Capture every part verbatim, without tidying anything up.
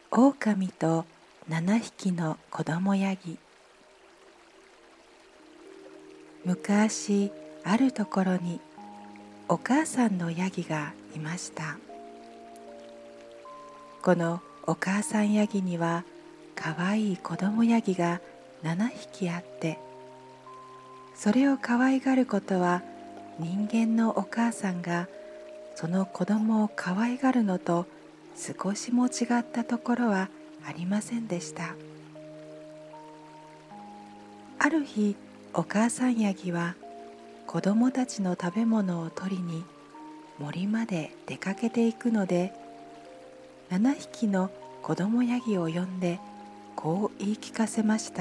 狼と七匹の子供ヤギ。昔あるところにお母さんのヤギがいました。このお母さんヤギにはかわいい子供ヤギが七匹あって、それを可愛がることは人間のお母さんがその子供を可愛がるのと少しも違ったところはありませんでした。ある日、お母さんヤギは子供たちの食べ物を取りに森まで出かけていくので、七匹の子供ヤギを呼んでこう言い聞かせました。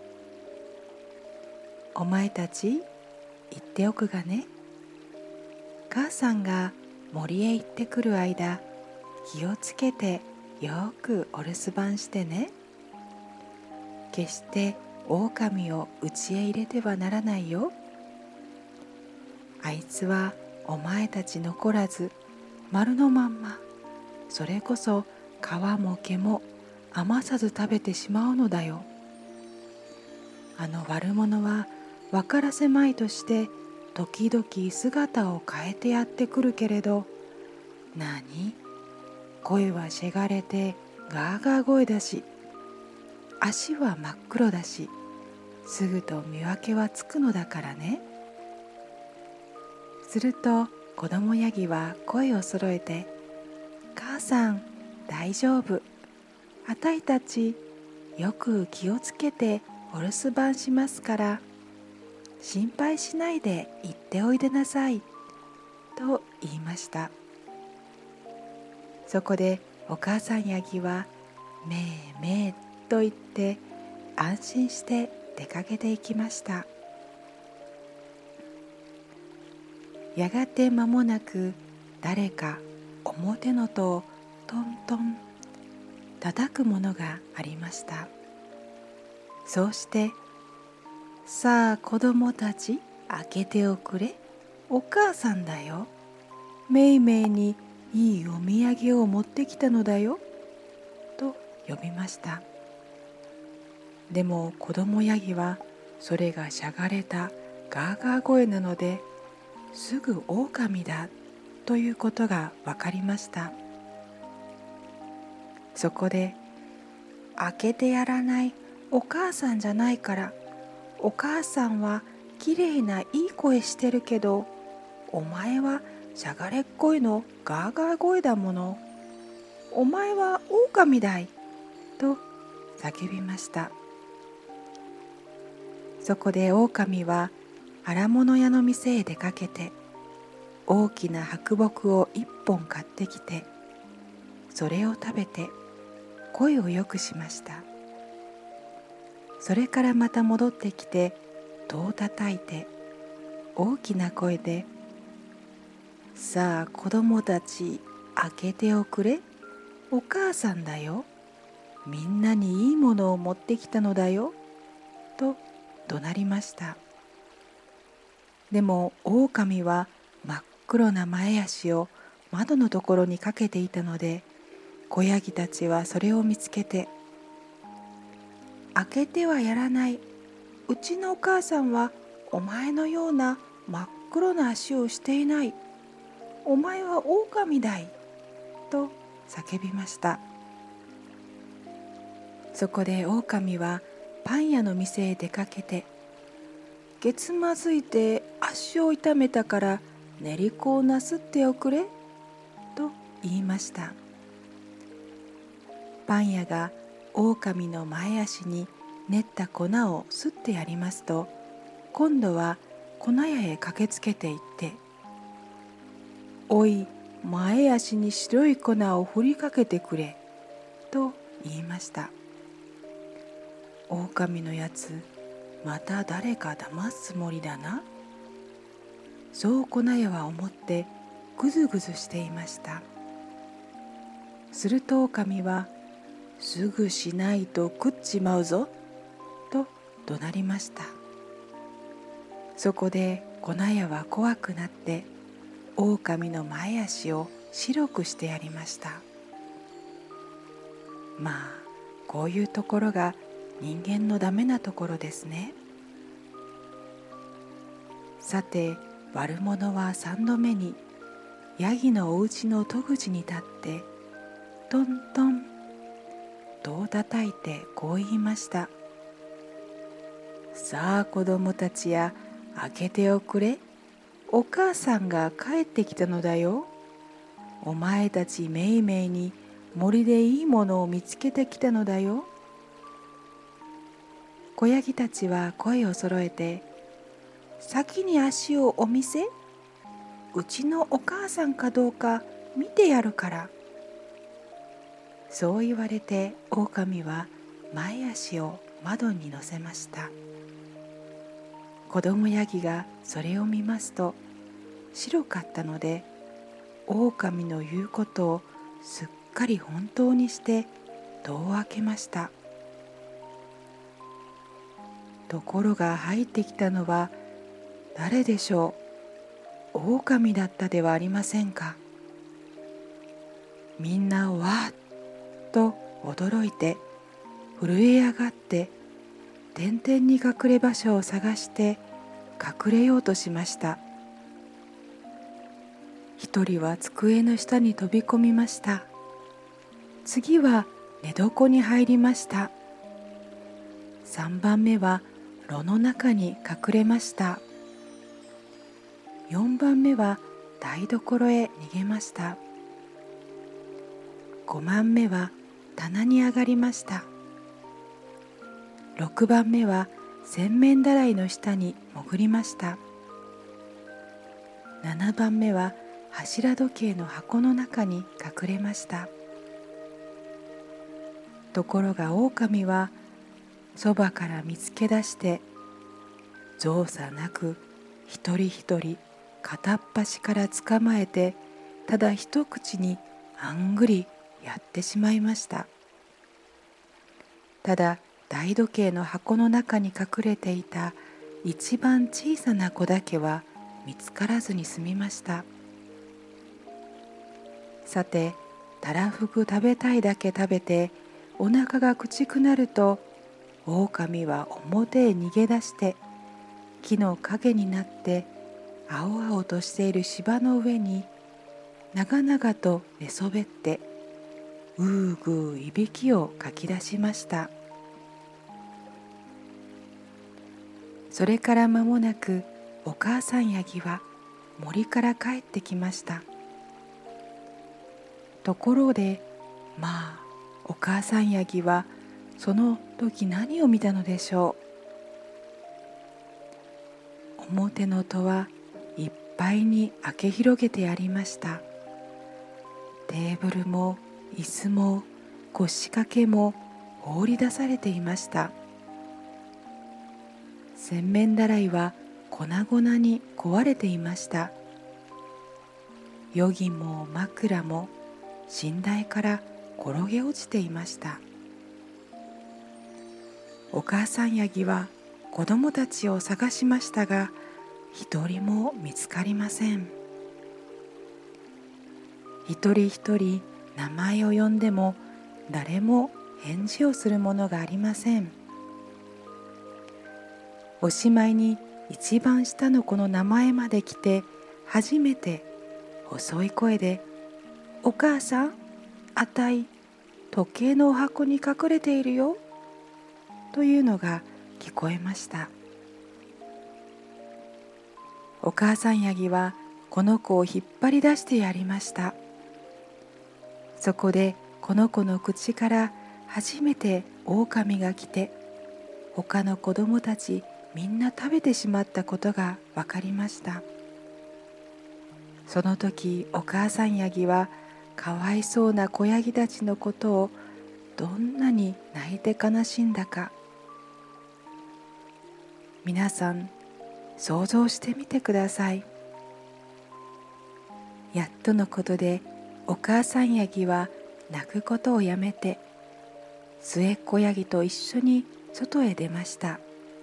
お前たち、言っておくがね、母さんが森へ行ってくる間、気をつけてよくお留守番してね。決して狼を家へ入れてはならないよ。あいつはお前たち残らず丸のまんま、それこそ皮も毛も余さず食べてしまうのだよ。あの悪者は分からせまいとして時々姿を変えてやってくるけれど、なに、声はしがれてガーガー声だし、足は真っ黒だし、すぐと見分けはつくのだからね。すると子供ヤギは声をそろえて、母さん大丈夫、あたいたちよく気をつけてお留守番しますから、心配しないで行っておいでなさいと言いました。そこでお母さんヤギはめいめいと言って安心して出かけていきました。やがて間もなく誰か表の戸をトントン叩くものがありました。そうして、さあ子供たち、開けておくれ、お母さんだよ、めいめいにいいお土産を持ってきたのだよと呼びました。でも子供ヤギはそれがしゃがれたガーガー声なので、すぐ狼だということが分かりました。そこで、開けてやらないお母さんじゃないから、お母さんはきれいないい声してるけど、お前はしゃがれっこいのガーガー声だもの、お前は狼だいと叫びました。そこで狼は荒物屋の店へ出かけて、大きな白木を一本買ってきて、それを食べて声をよくしました。それからまた戻ってきて戸を叩いて大きな声で、さあ子供たち、開けておくれ、お母さんだよ、みんなにいいものを持ってきたのだよと怒鳴りました。でも狼は真っ黒な前足を窓のところにかけていたので、子ヤギたちはそれを見つけて、開けてはやらない、うちのお母さんはお前のような真っ黒な足をしていない、お前は狼だいと叫びました。そこで狼はパン屋の店へ出かけて、けつまずいて足を痛めたから練り粉をなすっておくれと言いました。パン屋が狼の前足に練った粉をすってやりますと、今度は粉屋へ駆けつけていって、おい、前足に白い粉を振りかけてくれと言いました。狼のやつ、また誰か騙すつもりだな、そう粉屋は思ってぐずぐずしていました。すると狼は、すぐしないと食っちまうぞと怒鳴りました。そこで粉屋は怖くなって狼の前足を白くしてやりました。 まあこういうところが人間のダメなところですね。さて悪者は三度目にヤギのお家の戸口に立ってトントン戸を叩いてこう言いました。さあ子供たちや、開けておくれ。お母さんが帰ってきたのだよ。お前たちめいめいに森でいいものを見つけてきたのだよ。子ヤギたちは声をそろえて、先に足をお見せ。うちのお母さんかどうか見てやるから。そう言われて狼は前足を窓に乗せました。子供ヤギがそれを見ますと白かったので、狼の言うことをすっかり本当にして戸を開けました。ところが入ってきたのは誰でしょう。狼だったではありませんか。みんなわーっと驚いて震え上がって天々に隠れ場所を探して隠れようとしました。一人は机の下に飛び込みました。次は寝床に入りました。三番目は炉の中に隠れました。四番目は台所へ逃げました。五番目は棚に上がりました。六番目は洗面台いの下に潜りました。七番目は柱時計の箱の中に隠れました。ところが狼はそばから見つけ出して造作なく一人一人片っ端から捕まえて、ただ一口にあんぐりやってしまいました。ただ大時計の箱の中に隠れていた一番小さな子だけは見つからずに済みました。さてたらふく食べたいだけ食べてお腹がくちくなると、狼は表へ逃げ出して木の陰になって青々としている芝の上に長々と寝そべってうーぐーいびきをかき出しました。それから間もなくお母さんヤギは森から帰ってきました。ところでまあお母さんヤギはその時何を見たのでしょう。表の戸はいっぱいに開け広げてありました。テーブルも椅子も腰掛けも放り出されていました。洗面台いは粉々に壊れていました。よぎも枕も寝台から転げ落ちていました。お母さんヤギは子供たちを探しましたが、一人も見つかりません。一人一人名前を呼んでも誰も返事をするものがありません。おしまいに一番下の子の名前まで来て初めて細い声で、お母さん、あたい時計のお箱に隠れているよというのが聞こえました。お母さんヤギはこの子を引っ張り出してやりました。そこでこの子の口から初めて狼が来て、他の子供たちみんな食べてしまったことが分かりました。その時お母さんヤギはかわいそうな子ヤギたちのことをどんなに泣いて悲しんだか。皆さん想像してみてください。やっとのことでお母さんヤギは泣くことをやめて末っ子ヤギと一緒に外へ出ました。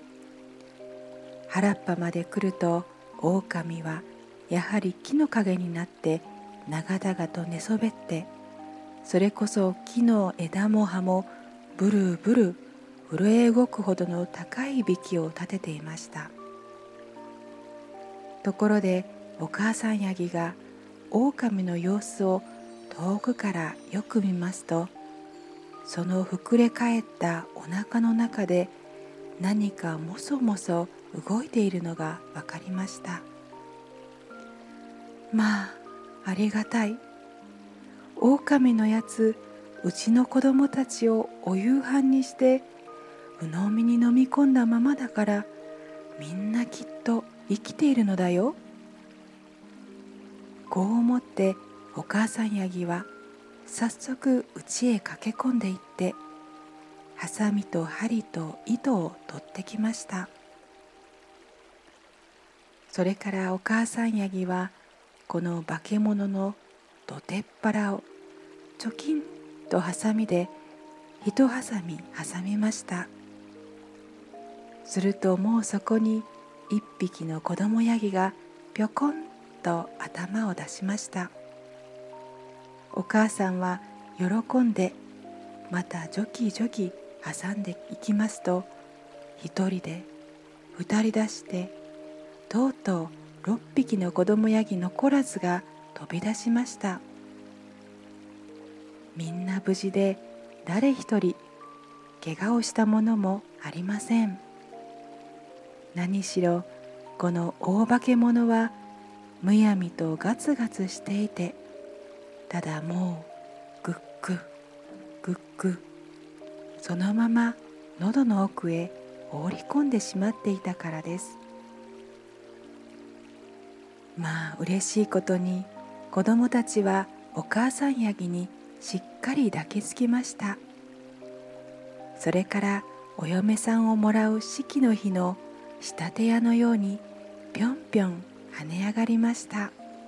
原っぱまで来ると狼はやはり木の陰になって長々と寝そべってそれこそ木の枝も葉もブルブル震え動くほどの高いいびきを立てていました。ところでお母さんヤギが狼の様子を遠くからよく見ますと、その膨れ返ったお腹の中で何かもそもそ動いているのがわかりました。まあありがたい。狼のやつ、うちの子供たちをお夕飯にして鵜呑みに飲み込んだままだから、みんなきっと生きているのだよ。こう思ってお母さんヤギは早速家へ駆け込んでいって、ハサミと針と糸を取ってきました。それからお母さんヤギはこの化け物のどてっぱらをチョキンとハサミで一ハサミ挟みました。するともうそこに一匹の子供ヤギがぴょこんと頭を出しました。お母さんは喜んでまたジョキジョキ挟んでいきますと、一人で二人出してとうとう六匹の子供ヤギ残らずが飛び出しました。みんな無事で誰一人怪我をしたものもありません。何しろこの大化け物はむやみとガツガツしていて、ただもうグッググッグそのまま喉の奥へ放り込んでしまっていたからです。まあ嬉しいことに子供たちはお母さんヤギにしっかり抱きつきました。それからお嫁さんをもらう式の日の仕立て屋のようにぴょんぴょん跳ね上がりました。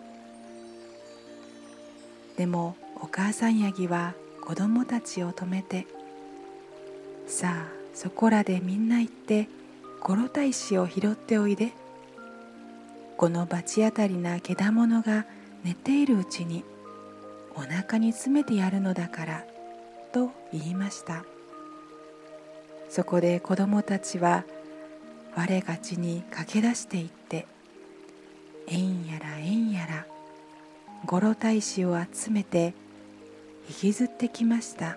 でもお母さんヤギは子供たちを止めて、さあそこらでみんな行ってゴロタ石を拾っておいで。この罰当たりなけだものが寝ているうちにお腹に詰めてやるのだからと言いました。そこで子供たちは我がちに駆け出していって、えんやらえんやらゴロタ石を集めて引きずってきました。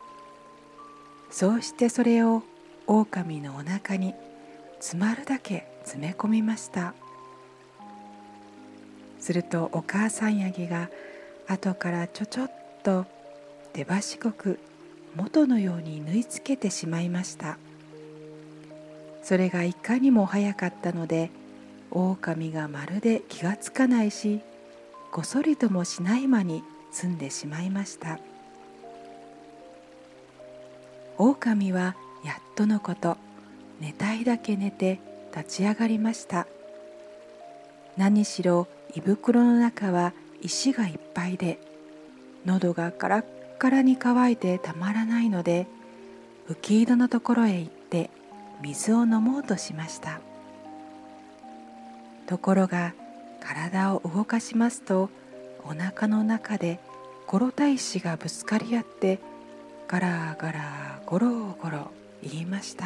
そうしてそれを狼のお腹に詰まるだけ詰め込みました。するとお母さんヤギが後からちょちょっと手ばしこく元のように縫い付けてしまいました。それがいかにも早かったので、狼がまるで気がつかないし、こそりともしない間に済んでしまいました。狼はやっとのこと寝たいだけ寝て立ち上がりました。何しろ胃袋の中は石がいっぱいで、喉がカラッカラに乾いてたまらないので、浮井戸のところへ行って水を飲もうとしました。ところが体を動かしますと、お腹の中でゴロタ石がぶつかり合ってガラガラゴロゴロ言いました。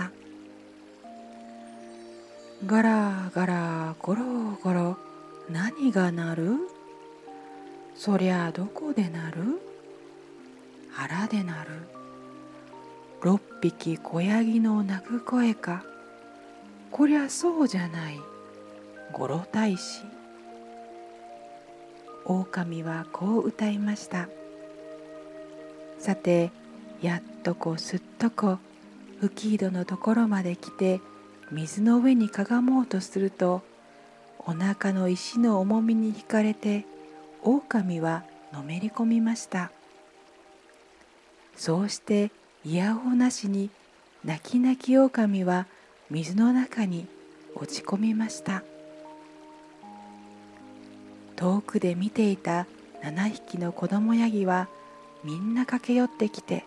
ガラガラゴロゴロ何が鳴る？そりゃどこで鳴る？腹で鳴る。六匹子ヤギの鳴く声か。こりゃそうじゃない。ゴロタ石。狼はこう歌いました。さて、やっとこすっとこ浮井戸のところまで来て水の上にかがもうとすると、お腹の石の重みに引かれて狼はのめり込みました。そうしていやおうなしに泣き泣き狼は水の中に落ち込みました。遠くで見ていたななひきの子供ヤギはみんな駆け寄ってきて、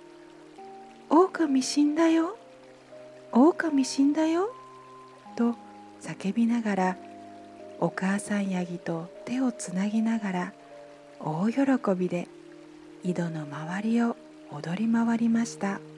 狼死んだよ、狼死んだよと叫びながら、お母さんヤギと手をつなぎながら大喜びで井戸の周りを踊り回りました。